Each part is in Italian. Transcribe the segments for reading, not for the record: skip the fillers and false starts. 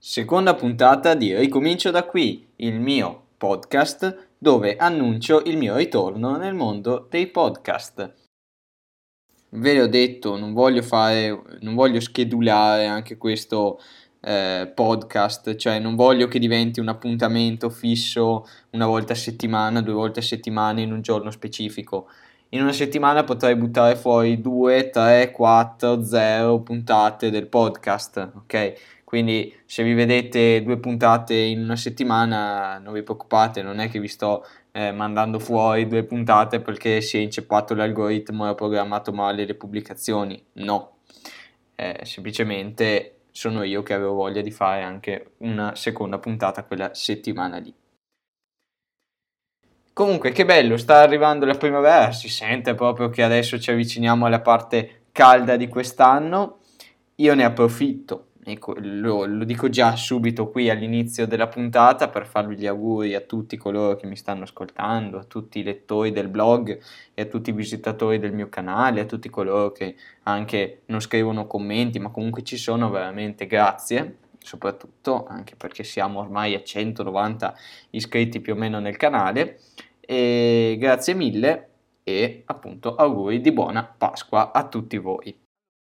Seconda puntata di Ricomincio da qui, il mio podcast dove annuncio il mio ritorno nel mondo dei podcast. Ve l'ho detto, non voglio schedulare anche questo podcast, cioè non voglio che diventi un appuntamento fisso una volta a settimana, 2 volte a settimana in un giorno specifico. In una settimana potrei buttare fuori 2, 3, 4, 0 puntate del podcast, ok? Quindi se vi vedete 2 puntate in una settimana non vi preoccupate, non è che vi sto mandando fuori 2 puntate perché si è inceppato l'algoritmo e ho programmato male le pubblicazioni. No, semplicemente sono io che avevo voglia di fare anche una seconda puntata quella settimana lì. Comunque, che bello, sta arrivando la primavera, si sente proprio che adesso ci avviciniamo alla parte calda di quest'anno. Io ne approfitto, ecco, lo dico già subito qui all'inizio della puntata per farvi gli auguri a tutti coloro che mi stanno ascoltando, a tutti i lettori del blog e a tutti i visitatori del mio canale, a tutti coloro che anche non scrivono commenti, ma comunque ci sono, veramente grazie. Soprattutto anche perché siamo ormai a 190 iscritti più o meno nel canale. E grazie mille e appunto auguri di buona Pasqua a tutti voi.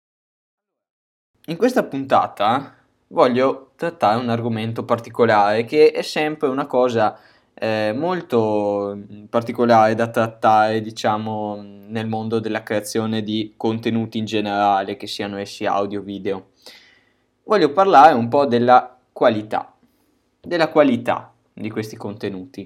In questa puntata voglio trattare un argomento particolare che è sempre una cosa molto particolare da trattare, diciamo, nel mondo della creazione di contenuti in generale, che siano essi audio o video. Voglio parlare un po' della qualità di questi contenuti.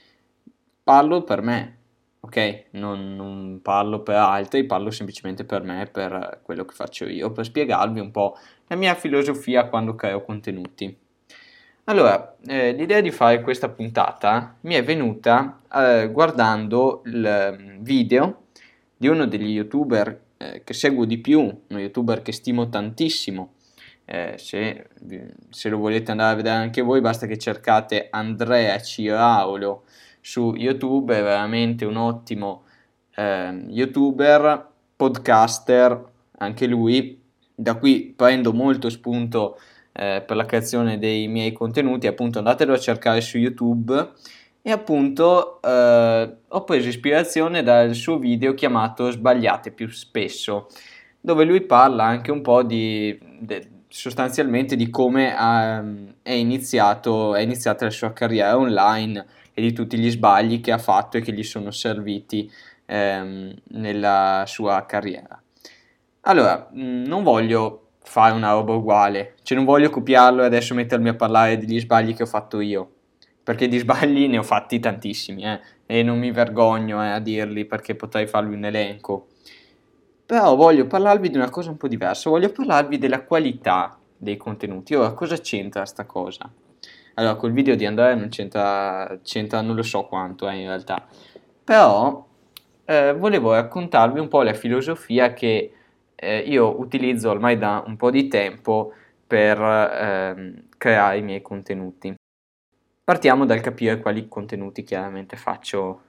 Parlo per me, ok? Non parlo per altri, parlo semplicemente per me, per quello che faccio io, per spiegarvi un po' la mia filosofia quando creo contenuti. Allora, l'idea di fare questa puntata mi è venuta guardando il video di uno degli youtuber che seguo di più, uno youtuber che stimo tantissimo. Se lo volete andare a vedere anche voi, basta che cercate Andrea Ciraulo su YouTube, è veramente un ottimo youtuber, podcaster, anche lui. Da qui prendo molto spunto per la creazione dei miei contenuti, appunto andatelo a cercare su YouTube e appunto ho preso ispirazione dal suo video chiamato Sbagliate più spesso, dove lui parla anche un po' sostanzialmente di come è iniziata la sua carriera online e di tutti gli sbagli che ha fatto e che gli sono serviti nella sua carriera. Allora, non voglio fare una roba uguale, cioè non voglio copiarlo e adesso mettermi a parlare degli sbagli che ho fatto io, perché di sbagli ne ho fatti tantissimi, e non mi vergogno a dirli perché potrei farvi un elenco. Però voglio parlarvi di una cosa un po' diversa, voglio parlarvi della qualità dei contenuti. Ora, cosa c'entra sta cosa? Allora, col video di Andrea non c'entra non lo so quanto in realtà, però volevo raccontarvi un po' la filosofia che io utilizzo ormai da un po' di tempo per creare i miei contenuti. Partiamo dal capire quali contenuti chiaramente faccio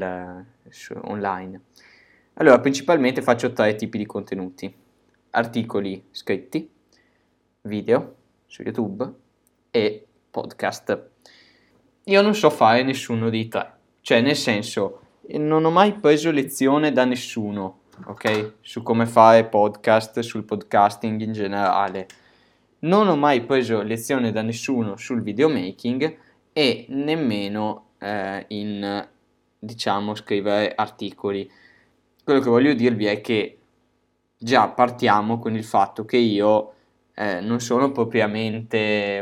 online. Allora, principalmente faccio 3 tipi di contenuti: articoli scritti, video su YouTube e podcast. Io non so fare nessuno dei tre, cioè nel senso, non ho mai preso lezione da nessuno, ok? Su come fare podcast, sul podcasting in generale. Non ho mai preso lezione da nessuno sul videomaking e nemmeno in, diciamo, scrivere articoli. Quello che voglio dirvi è che già partiamo con il fatto che io non sono propriamente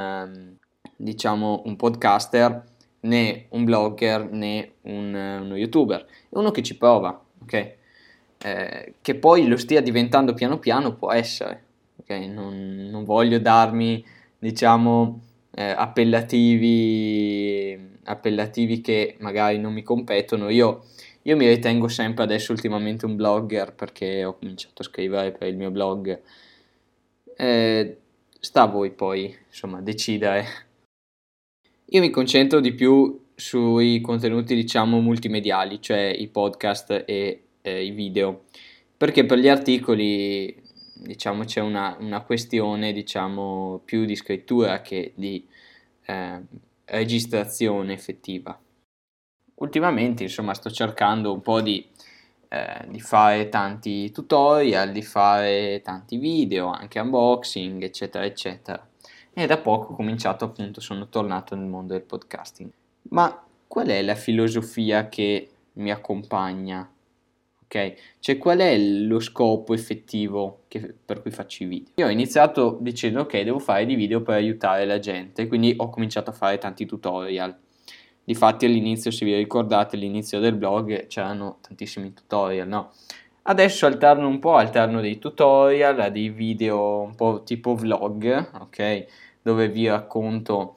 diciamo, un podcaster, né un blogger, né uno youtuber. È uno che ci prova, ok? Che poi lo stia diventando piano piano può essere, ok? Non voglio darmi, diciamo, appellativi che magari non mi competono. Io mi ritengo sempre adesso ultimamente un blogger perché ho cominciato a scrivere per il mio blog. Sta a voi poi, insomma, decidere. Io mi concentro di più sui contenuti, diciamo, multimediali, cioè i podcast e i video, perché per gli articoli diciamo c'è una questione, diciamo, più di scrittura che di eh, registrazione effettiva. Ultimamente, insomma, sto cercando un po' di fare tanti tutorial, di fare tanti video, anche unboxing, eccetera, eccetera. E da poco ho cominciato, appunto, sono tornato nel mondo del podcasting. Ma qual è la filosofia che mi accompagna? Ok? Cioè, qual è lo scopo effettivo per cui faccio i video? Io ho iniziato dicendo, ok, devo fare dei video per aiutare la gente, quindi ho cominciato a fare tanti tutorial. Difatti all'inizio, se vi ricordate, all'inizio del blog c'erano tantissimi tutorial, no? Adesso alterno dei tutorial a dei video un po' tipo vlog, ok? Dove vi racconto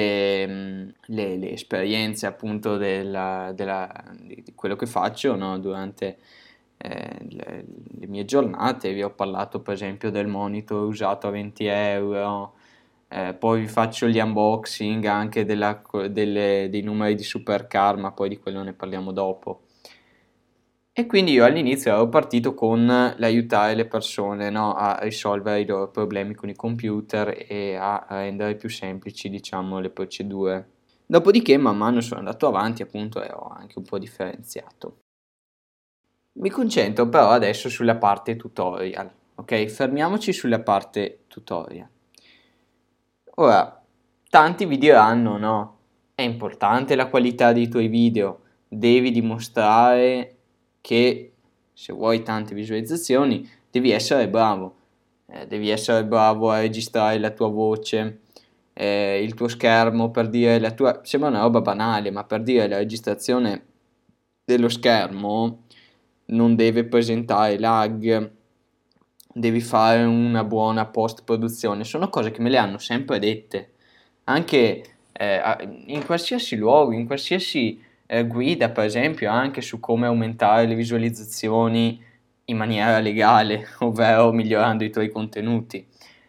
le esperienze appunto di quello che faccio, no? Durante le mie giornate. Vi ho parlato per esempio del monitor usato a 20 euro, poi vi faccio gli unboxing anche dei numeri di Supercar, ma poi di quello ne parliamo dopo. E quindi io all'inizio ero partito con l'aiutare le persone, no, a risolvere i loro problemi con i computer e a rendere più semplici, diciamo, le procedure. Dopodiché, man mano sono andato avanti, appunto, e ho anche un po' differenziato. Mi concentro però adesso sulla parte tutorial, ok? Fermiamoci sulla parte tutorial. Ora, tanti vi diranno, no? È importante la qualità dei tuoi video, devi dimostrare che se vuoi tante visualizzazioni devi essere bravo. Devi essere bravo a registrare la tua voce, il tuo schermo, per dire la tua... Sembra una roba banale, ma per dire la registrazione dello schermo non deve presentare lag, devi fare una buona post produzione. Sono cose che me le hanno sempre dette, anche in qualsiasi luogo, in qualsiasi guida, per esempio, anche su come aumentare le visualizzazioni in maniera legale, ovvero migliorando i tuoi contenuti.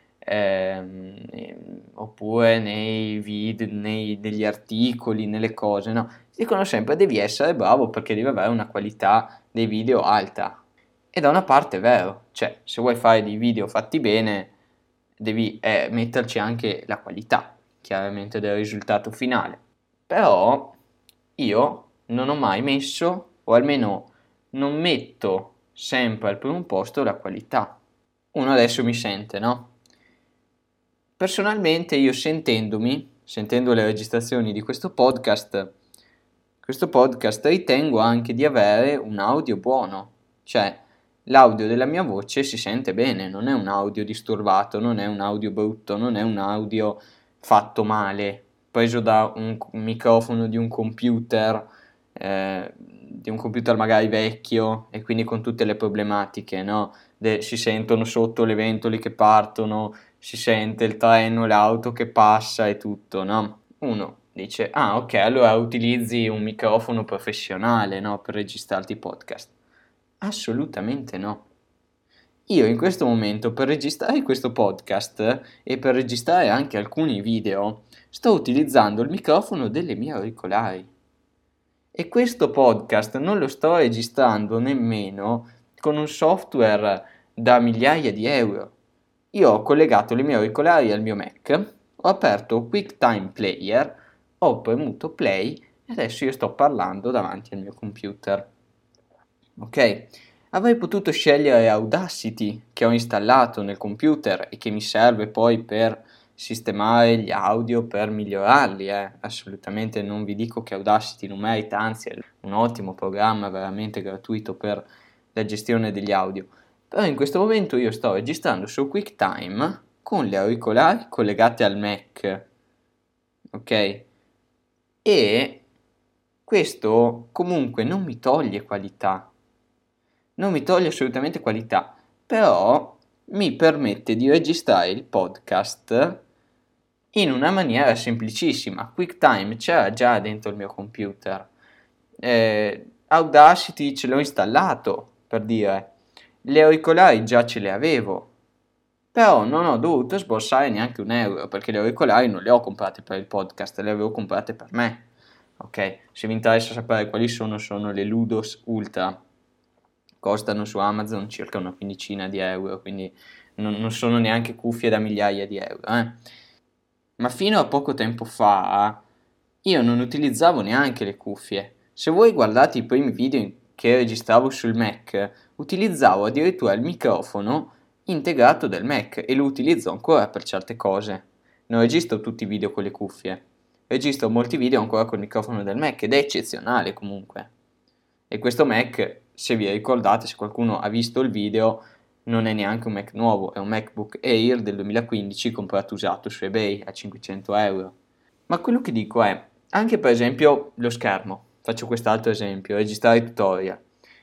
Oppure nei video, negli articoli, nelle cose, no? Dicono sempre devi essere bravo perché devi avere una qualità dei video alta. E da una parte è vero, cioè se vuoi fare dei video fatti bene devi metterci anche la qualità, chiaramente, del risultato finale. Però io non ho mai messo, o almeno non metto sempre al primo posto la qualità. Uno adesso mi sente, no? Personalmente io sentendo le registrazioni di questo podcast ritengo anche di avere un audio buono, cioè l'audio della mia voce si sente bene, non è un audio disturbato, non è un audio brutto, non è un audio fatto male, preso da un microfono di un computer magari vecchio e quindi con tutte le problematiche, no? Si sentono sotto le ventole che partono, si sente il treno, l'auto che passa e tutto, no? Uno dice, ah ok, allora utilizzi un microfono professionale, no? Per registrarti i podcast. Assolutamente no. Io in questo momento per registrare questo podcast e per registrare anche alcuni video sto utilizzando il microfono delle mie auricolari. E questo podcast non lo sto registrando nemmeno con un software da migliaia di euro. Io ho collegato le mie auricolari al mio Mac, ho aperto QuickTime Player, ho premuto play e adesso io sto parlando davanti al mio computer. Ok? Avrei potuto scegliere Audacity che ho installato nel computer e che mi serve poi per sistemare gli audio, per migliorarli. Assolutamente non vi dico che Audacity non merita, anzi è un ottimo programma veramente gratuito per la gestione degli audio. Però in questo momento io sto registrando su QuickTime con le auricolari collegate al Mac, ok? E questo comunque non mi toglie qualità, non mi toglie assolutamente qualità, però mi permette di registrare il podcast in una maniera semplicissima. QuickTime c'era già dentro il mio computer, Audacity ce l'ho installato, per dire, le auricolari già ce le avevo, però non ho dovuto sborsare neanche un euro perché le auricolari non le ho comprate per il podcast, le avevo comprate per me. Ok, se vi interessa sapere quali sono le Ludos Ultra, costano su Amazon circa una quindicina di euro, quindi non sono neanche cuffie da migliaia di euro, Ma fino a poco tempo fa io non utilizzavo neanche le cuffie. Se voi guardate i primi video che registravo sul Mac, utilizzavo addirittura il microfono integrato del Mac e lo utilizzo ancora per certe cose. Non registro tutti i video con le cuffie, registro molti video ancora col microfono del Mac ed è eccezionale comunque. E questo Mac, se vi ricordate, se qualcuno ha visto il video, non è neanche un Mac nuovo, è un MacBook Air del 2015 comprato usato su eBay a 500 euro. Ma quello che dico è, anche per esempio lo schermo, faccio quest'altro esempio, registrare tutorial.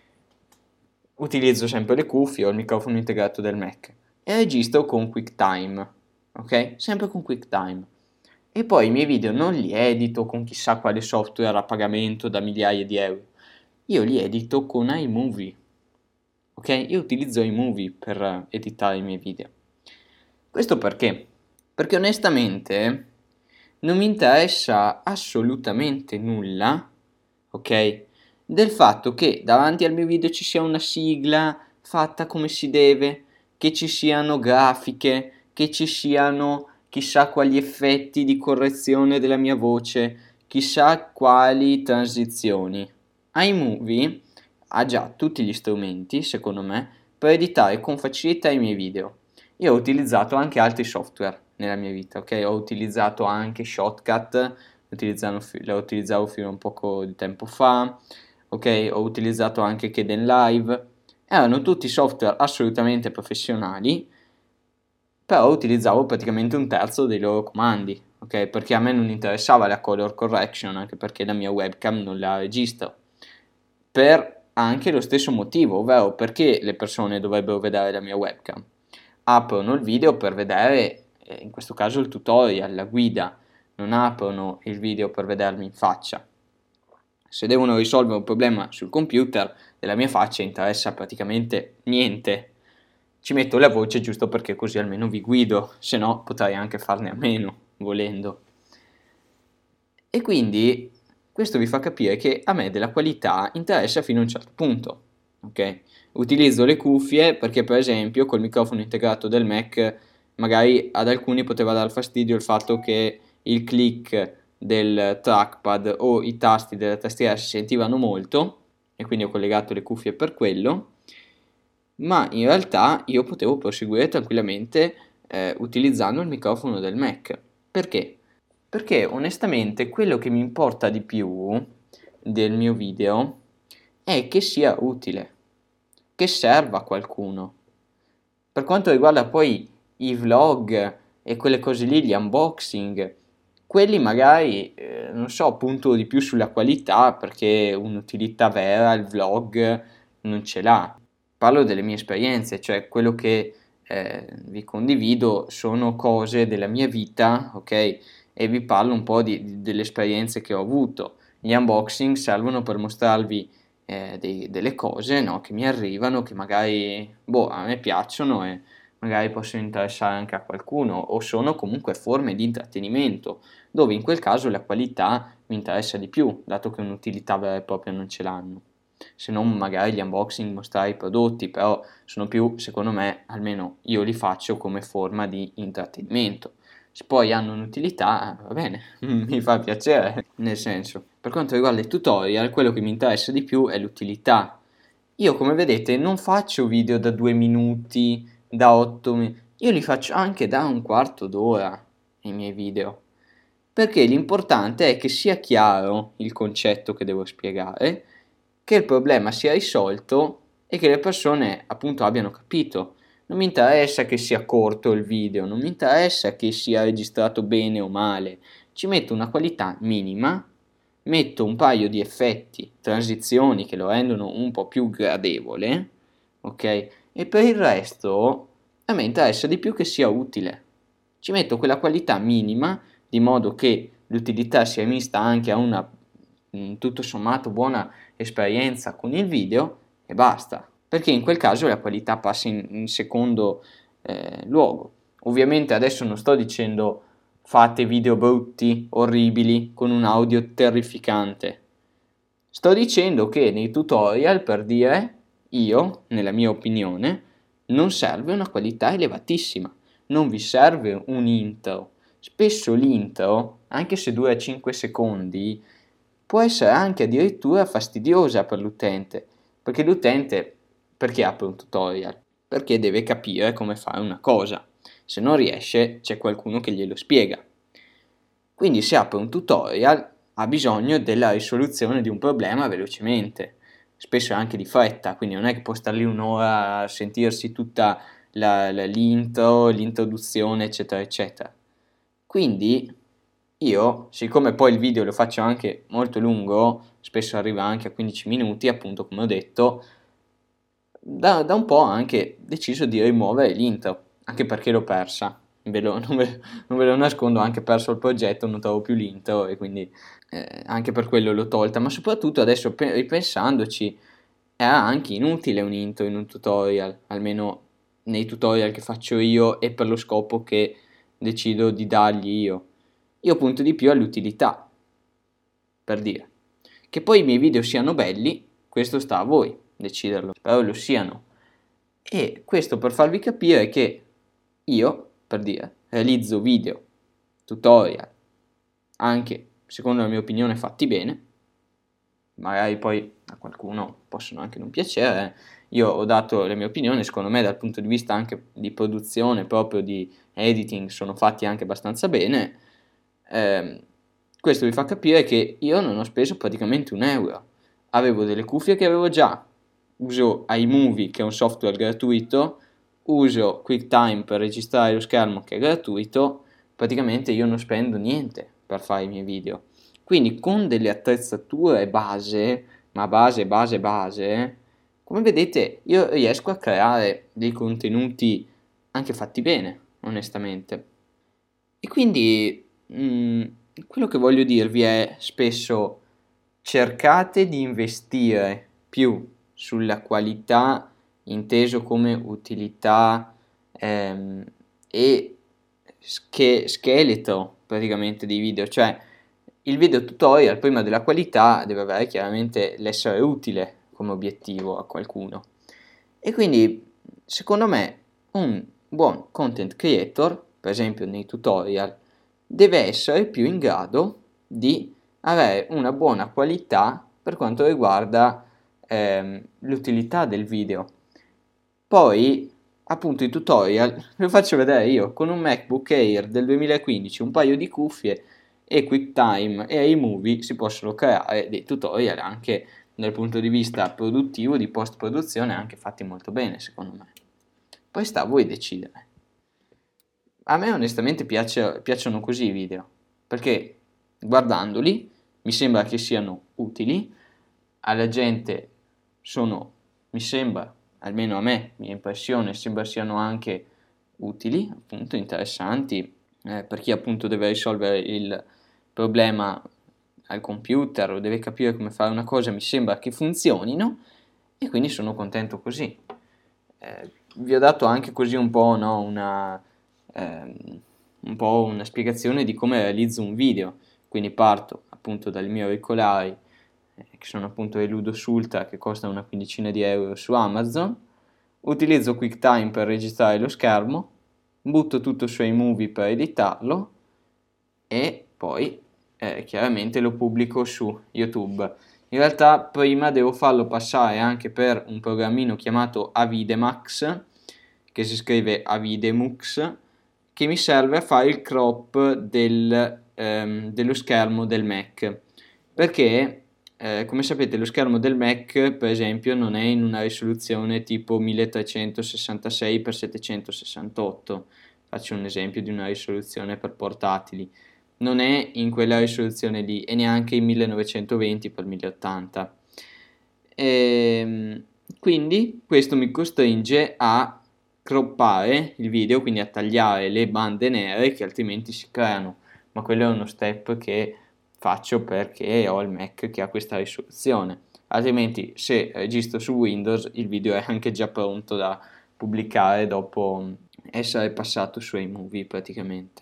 Utilizzo sempre le cuffie o il microfono integrato del Mac e registro con QuickTime, ok? Sempre con QuickTime. E poi i miei video non li edito con chissà quale software a pagamento da migliaia di euro. Io li edito con iMovie, ok? Io utilizzo iMovie per editare i miei video. Questo perché? Perché onestamente non mi interessa assolutamente nulla, ok? Del fatto che davanti al mio video ci sia una sigla fatta come si deve, che ci siano grafiche, che ci siano chissà quali effetti di correzione della mia voce, chissà quali transizioni. iMovie ha già tutti gli strumenti, secondo me, per editare con facilità i miei video. Io ho utilizzato anche altri software nella mia vita, ok? Ho utilizzato anche Shotcut, lo utilizzavo fino a un poco di tempo fa, ok? Ho utilizzato anche Kdenlive, erano tutti software assolutamente professionali, però utilizzavo praticamente un terzo dei loro comandi, ok? Perché a me non interessava la color correction, anche perché la mia webcam non la registro. Per anche lo stesso motivo, ovvero perché le persone dovrebbero vedere la mia webcam. Aprono il video per vedere, in questo caso il tutorial, la guida, non aprono il video per vedermi in faccia. Se devono risolvere un problema sul computer, della mia faccia interessa praticamente niente. Ci metto la voce giusto perché così almeno vi guido, se no potrei anche farne a meno, volendo. E quindi questo vi fa capire che a me della qualità interessa fino a un certo punto, ok? Utilizzo le cuffie perché per esempio col microfono integrato del Mac magari ad alcuni poteva dar fastidio il fatto che il click del trackpad o i tasti della tastiera si sentivano molto e quindi ho collegato le cuffie per quello, ma in realtà io potevo proseguire tranquillamente utilizzando il microfono del Mac. Perché? Perché onestamente quello che mi importa di più del mio video è che sia utile, che serva a qualcuno. Per quanto riguarda poi i vlog e quelle cose lì, gli unboxing, quelli magari, non so, punto di più sulla qualità perché un'utilità vera il vlog non ce l'ha. Parlo delle mie esperienze, cioè quello che vi condivido sono cose della mia vita, ok? E vi parlo un po' delle esperienze che ho avuto. Gli unboxing servono per mostrarvi delle cose, no, che mi arrivano, che magari a me piacciono e magari possono interessare anche a qualcuno, o sono comunque forme di intrattenimento, dove in quel caso la qualità mi interessa di più, dato che un'utilità vera e propria non ce l'hanno. Se non magari gli unboxing, mostrare i prodotti, però sono più, secondo me, almeno io li faccio come forma di intrattenimento. Se poi hanno un'utilità, va bene, mi fa piacere, nel senso. Per quanto riguarda i tutorial, quello che mi interessa di più è l'utilità. Io, come vedete, non faccio video da 2 minuti, da 8 minuti, io li faccio anche da un quarto d'ora, i miei video. Perché l'importante è che sia chiaro il concetto che devo spiegare, che il problema sia risolto e che le persone appunto abbiano capito. Non mi interessa che sia corto il video, non mi interessa che sia registrato bene o male, ci metto una qualità minima, metto un paio di effetti, transizioni che lo rendono un po' più gradevole, ok? E per il resto a me interessa di più che sia utile. Ci metto quella qualità minima di modo che l'utilità sia mista anche a una tutto sommato buona esperienza con il video e basta, perché in quel caso la qualità passa in secondo luogo. Ovviamente adesso non sto dicendo fate video brutti, orribili, con un audio terrificante. Sto dicendo che nei tutorial, per dire, nella mia opinione, non serve una qualità elevatissima, non vi serve un intro. Spesso l'intro, anche se dura 5 secondi, può essere anche addirittura fastidiosa per l'utente, perché l'utente, perché apre un tutorial? Perché deve capire come fare una cosa. Se non riesce, c'è qualcuno che glielo spiega. Quindi se apre un tutorial ha bisogno della risoluzione di un problema velocemente, spesso anche di fretta, quindi non è che può stare lì un'ora a sentirsi tutta l'intro, l'introduzione, eccetera, eccetera. Quindi io, siccome poi il video lo faccio anche molto lungo, spesso arriva anche a 15 minuti, appunto come ho detto, da un po' ho anche deciso di rimuovere l'intro, anche perché l'ho persa. Non ve lo nascondo, ho anche perso il progetto, non trovo più l'intro e quindi anche per quello l'ho tolta, ma soprattutto adesso ripensandoci era anche inutile un intro in un tutorial, almeno nei tutorial che faccio io e per lo scopo che decido di dargli io. Io punto di più all'utilità, per dire. Che poi i miei video siano belli, questo sta a voi deciderlo, spero lo siano. E questo per farvi capire che io, per dire, realizzo video, tutorial, anche secondo la mia opinione fatti bene, magari poi a qualcuno possono anche non piacere. Io ho dato la mia opinione, secondo me dal punto di vista anche di produzione, proprio di editing, sono fatti anche abbastanza bene. Questo vi fa capire che io non ho speso praticamente un euro. Avevo delle cuffie che avevo già, uso iMovie che è un software gratuito, uso QuickTime per registrare lo schermo che è gratuito, praticamente io non spendo niente per fare i miei video. Quindi con delle attrezzature base, ma base, come vedete io riesco a creare dei contenuti anche fatti bene, onestamente. E quindi quello che voglio dirvi è spesso cercate di investire più sulla qualità inteso come utilità ehm, e scheletro praticamente dei video, cioè il video tutorial prima della qualità deve avere chiaramente l'essere utile come obiettivo a qualcuno. E quindi secondo me un buon content creator, per esempio nei tutorial, deve essere più in grado di avere una buona qualità per quanto riguarda l'utilità del video. Poi, appunto, i tutorial lo faccio vedere io con un MacBook Air del 2015, un paio di cuffie e QuickTime e iMovie si possono creare dei tutorial anche dal punto di vista produttivo, di post-produzione, anche fatti molto bene, secondo me. Poi sta a voi decidere. A me onestamente piacciono così i video, perché guardandoli mi sembra che siano utili, alla gente mi sembra, almeno a me, mia impressione, sembra siano anche utili, appunto interessanti, per chi appunto deve risolvere il problema al computer o deve capire come fare una cosa, mi sembra che funzionino e quindi sono contento così. Vi ho dato anche così un po', no, un po' una spiegazione di come realizzo un video, quindi parto appunto dal mio auricolari che sono appunto i Ludos Ultra che costano una quindicina di euro su Amazon, utilizzo QuickTime per registrare lo schermo, butto tutto su iMovie per editarlo e poi chiaramente lo pubblico su YouTube. In realtà prima devo farlo passare anche per un programmino chiamato Avidemax, che si scrive Avidemux, che mi serve a fare il crop dello schermo del Mac. Perché, come sapete, lo schermo del Mac, per esempio, non è in una risoluzione tipo 1366x768. Faccio un esempio di una risoluzione per portatili. Non è in quella risoluzione lì e neanche in 1920x1080. Quindi questo mi costringe a croppare il video, quindi a tagliare le bande nere che altrimenti si creano, ma quello è uno step che faccio perché ho il Mac che ha questa risoluzione, altrimenti se registro su Windows il video è anche già pronto da pubblicare dopo essere passato su iMovie praticamente.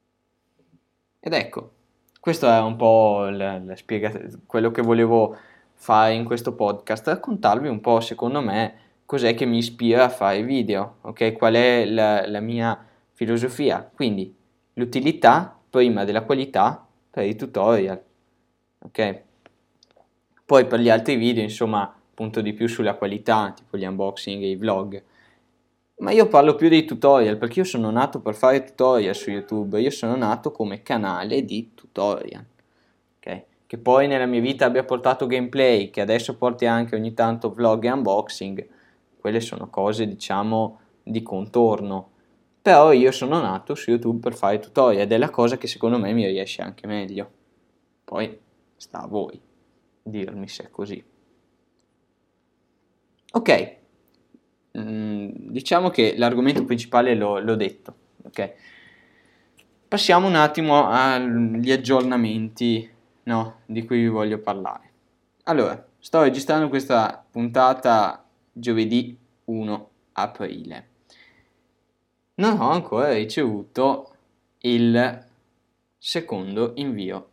Ed ecco, questo è un po' quello che volevo fare in questo podcast? Raccontarvi un po', secondo me, cos'è che mi ispira a fare video, ok? Qual è la mia filosofia? Quindi l'utilità prima della qualità per i tutorial, ok? Poi per gli altri video, insomma, punto di più sulla qualità, tipo gli unboxing e i vlog. Ma io parlo più dei tutorial, perché io sono nato per fare tutorial su YouTube, io sono nato come canale di tutorial, ok? Che poi nella mia vita abbia portato gameplay, che adesso porti anche ogni tanto vlog e unboxing, quelle sono cose, diciamo, di contorno. Però io sono nato su YouTube per fare tutorial ed è la cosa che secondo me mi riesce anche meglio. Poi sta a voi dirmi se è così. Ok, diciamo che l'argomento principale l'ho detto, ok? Passiamo un attimo agli aggiornamenti, no, di cui vi voglio parlare. Allora, sto registrando questa puntata giovedì 1 aprile. Non ho ancora ricevuto il secondo invio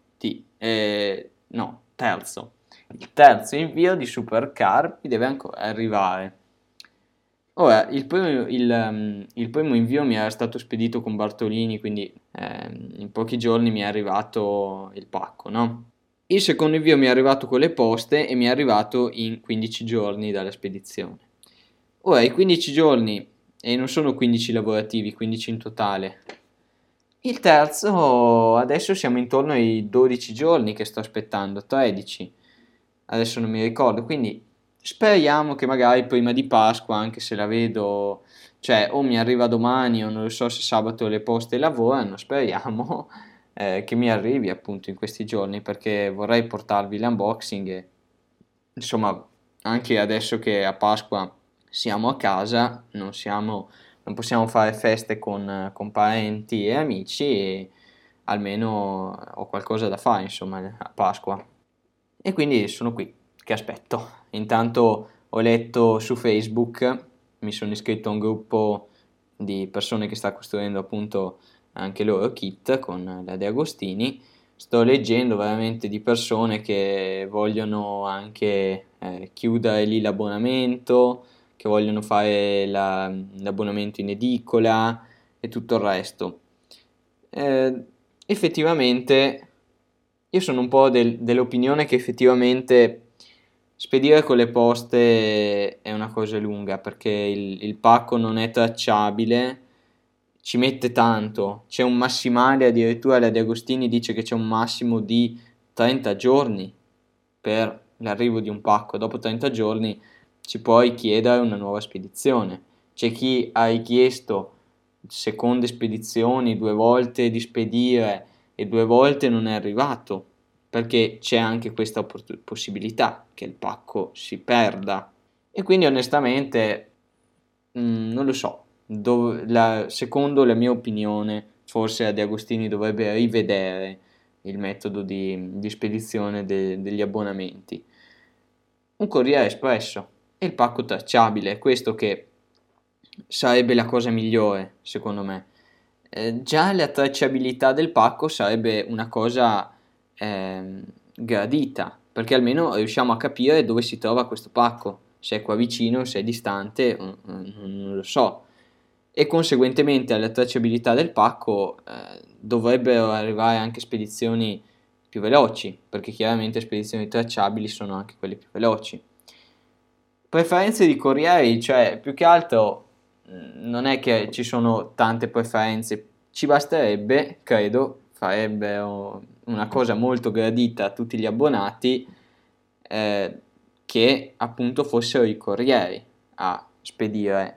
terzo. Il terzo invio di Supercar mi deve ancora arrivare. Ora, il primo invio mi era stato spedito con Bartolini, quindi in pochi giorni mi è arrivato il pacco, no? Il secondo invio mi è arrivato con le poste e mi è arrivato in 15 giorni dalla spedizione. Ora, i 15 giorni, e non sono 15 lavorativi, 15 in totale. Il terzo, adesso siamo intorno ai 12 giorni che sto aspettando, 13. Adesso non mi ricordo, quindi speriamo che magari prima di Pasqua, anche se la vedo, cioè o mi arriva domani o non lo so se sabato le poste lavorano, speriamo che mi arrivi appunto in questi giorni perché vorrei portarvi l'unboxing e insomma anche adesso che a Pasqua siamo a casa, non possiamo fare feste con parenti e amici e almeno ho qualcosa da fare insomma a Pasqua. E quindi sono qui, che aspetto. Intanto ho letto su Facebook, mi sono iscritto a un gruppo di persone che sta costruendo appunto anche loro kit con la De Agostini. Sto leggendo veramente di persone che vogliono anche chiudere lì l'abbonamento, che vogliono fare l'abbonamento in edicola e tutto il resto. Effettivamente io sono un po' dell'opinione che effettivamente spedire con le poste è una cosa lunga perché il pacco non è tracciabile, ci mette tanto, c'è un massimale, addirittura la De Agostini dice che c'è un massimo di 30 giorni per l'arrivo di un pacco, dopo 30 giorni ci puoi chiedere una nuova spedizione. C'è chi ha richiesto seconde spedizioni, 2 volte di spedire e 2 volte non è arrivato, perché c'è anche questa possibilità che il pacco si perda. E quindi onestamente non lo so, secondo la mia opinione forse la De Agostini dovrebbe rivedere il metodo di spedizione degli abbonamenti. Un corriere espresso e il pacco tracciabile, è questo che sarebbe la cosa migliore, secondo me. Già la tracciabilità del pacco sarebbe una cosa gradita, perché almeno riusciamo a capire dove si trova questo pacco, se è qua vicino, se è distante, non lo so. E conseguentemente alla tracciabilità del pacco dovrebbero arrivare anche spedizioni più veloci, perché chiaramente spedizioni tracciabili sono anche quelle più veloci. Preferenze di corrieri, cioè più che altro non è che ci sono tante preferenze, ci basterebbe, credo, farebbero una cosa molto gradita a tutti gli abbonati eh, che appunto fossero i corrieri a spedire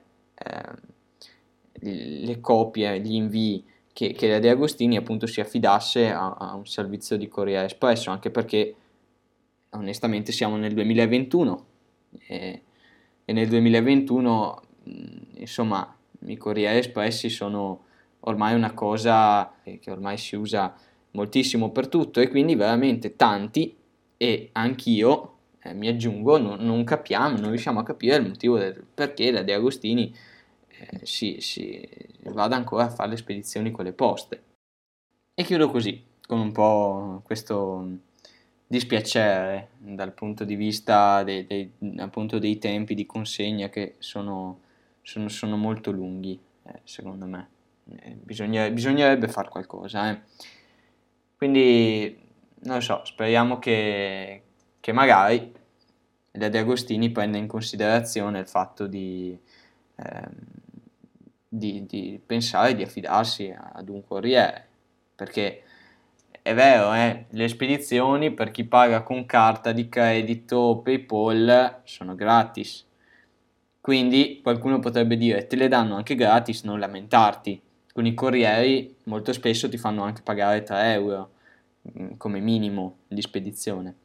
le copie, gli invii, che la De Agostini appunto si affidasse a un servizio di corriere espresso, anche perché onestamente siamo nel 2021 e nel 2021 insomma i corrieri espressi sono ormai una cosa che ormai si usa moltissimo per tutto e quindi veramente tanti e anch'io mi aggiungo non riusciamo a capire il motivo perché la De Agostini si vada ancora a fare le spedizioni con le poste. E chiudo così con un po' dispiacere dal punto di vista appunto dei tempi di consegna che sono molto lunghi, secondo me. Bisognerebbe fare qualcosa. Quindi, non lo so, speriamo che magari la De Agostini prenda in considerazione il fatto ehm, di pensare di affidarsi ad un corriere, perché è vero, le spedizioni per chi paga con carta di credito o PayPal sono gratis, quindi qualcuno potrebbe dire te le danno anche gratis, non lamentarti. Con i corrieri molto spesso ti fanno anche pagare 3 euro come minimo di spedizione.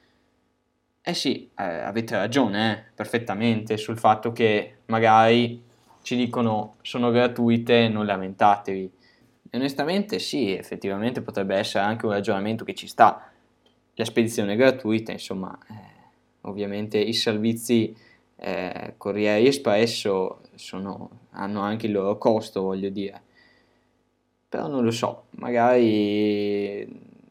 Eh sì, avete ragione, perfettamente, sul fatto che magari ci dicono sono gratuite, non lamentatevi. E onestamente sì, effettivamente potrebbe essere anche un ragionamento che ci sta. La spedizione è gratuita, insomma, ovviamente i servizi Corriere Espresso hanno anche il loro costo, voglio dire. Però non lo so, magari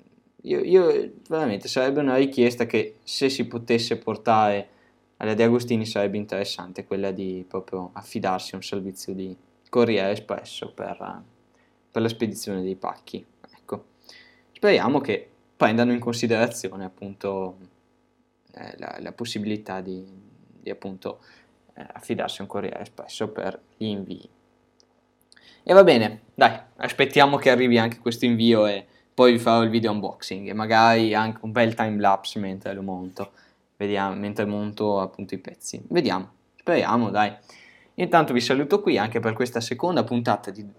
io veramente sarebbe una richiesta che se si potesse portare alla De Agostini sarebbe interessante, quella di proprio affidarsi a un servizio di Corriere Espresso per la spedizione dei pacchi. Ecco. Speriamo che prendano in considerazione appunto la possibilità di appunto affidarsi a un Corriere Espresso per gli invii. E va bene, dai, aspettiamo che arrivi anche questo invio e poi vi farò il video unboxing e magari anche un bel time lapse mentre lo monto. Vediamo, mentre monto appunto i pezzi. Vediamo, speriamo, dai. Intanto vi saluto qui anche per questa seconda puntata di...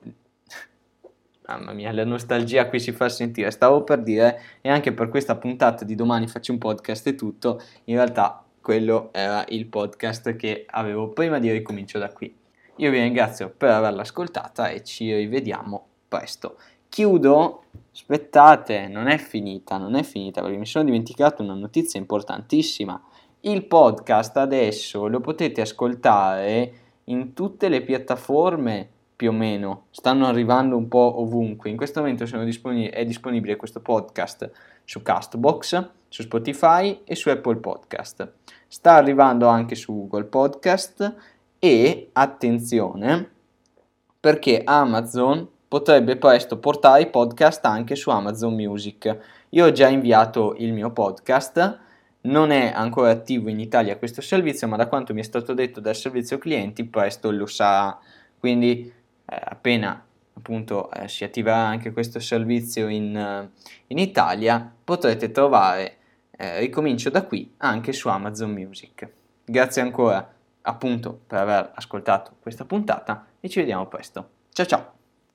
Mamma mia, la nostalgia qui si fa sentire. Stavo per dire, e anche per questa puntata di Domani faccio un podcast e tutto, in realtà quello era il podcast che avevo prima di ricomincio da qui. Io vi ringrazio per averla ascoltata e ci rivediamo presto. Chiudo, aspettate, non è finita perché mi sono dimenticato una notizia importantissima. Il podcast adesso lo potete ascoltare in tutte le piattaforme più o meno, stanno arrivando un po' ovunque. In questo momento è disponibile questo podcast su Castbox, su Spotify e su Apple Podcast. Sta arrivando anche su Google Podcast e attenzione perché Amazon potrebbe presto portare i podcast anche su Amazon Music. Io ho già inviato il mio podcast, non è ancora attivo in Italia questo servizio, ma da quanto mi è stato detto dal servizio clienti presto lo sarà. Quindi appena appunto si attiverà anche questo servizio in Italia, potrete trovare Ricomincio da qui anche su Amazon Music. Grazie ancora appunto per aver ascoltato questa puntata e ci vediamo presto. Ciao ciao!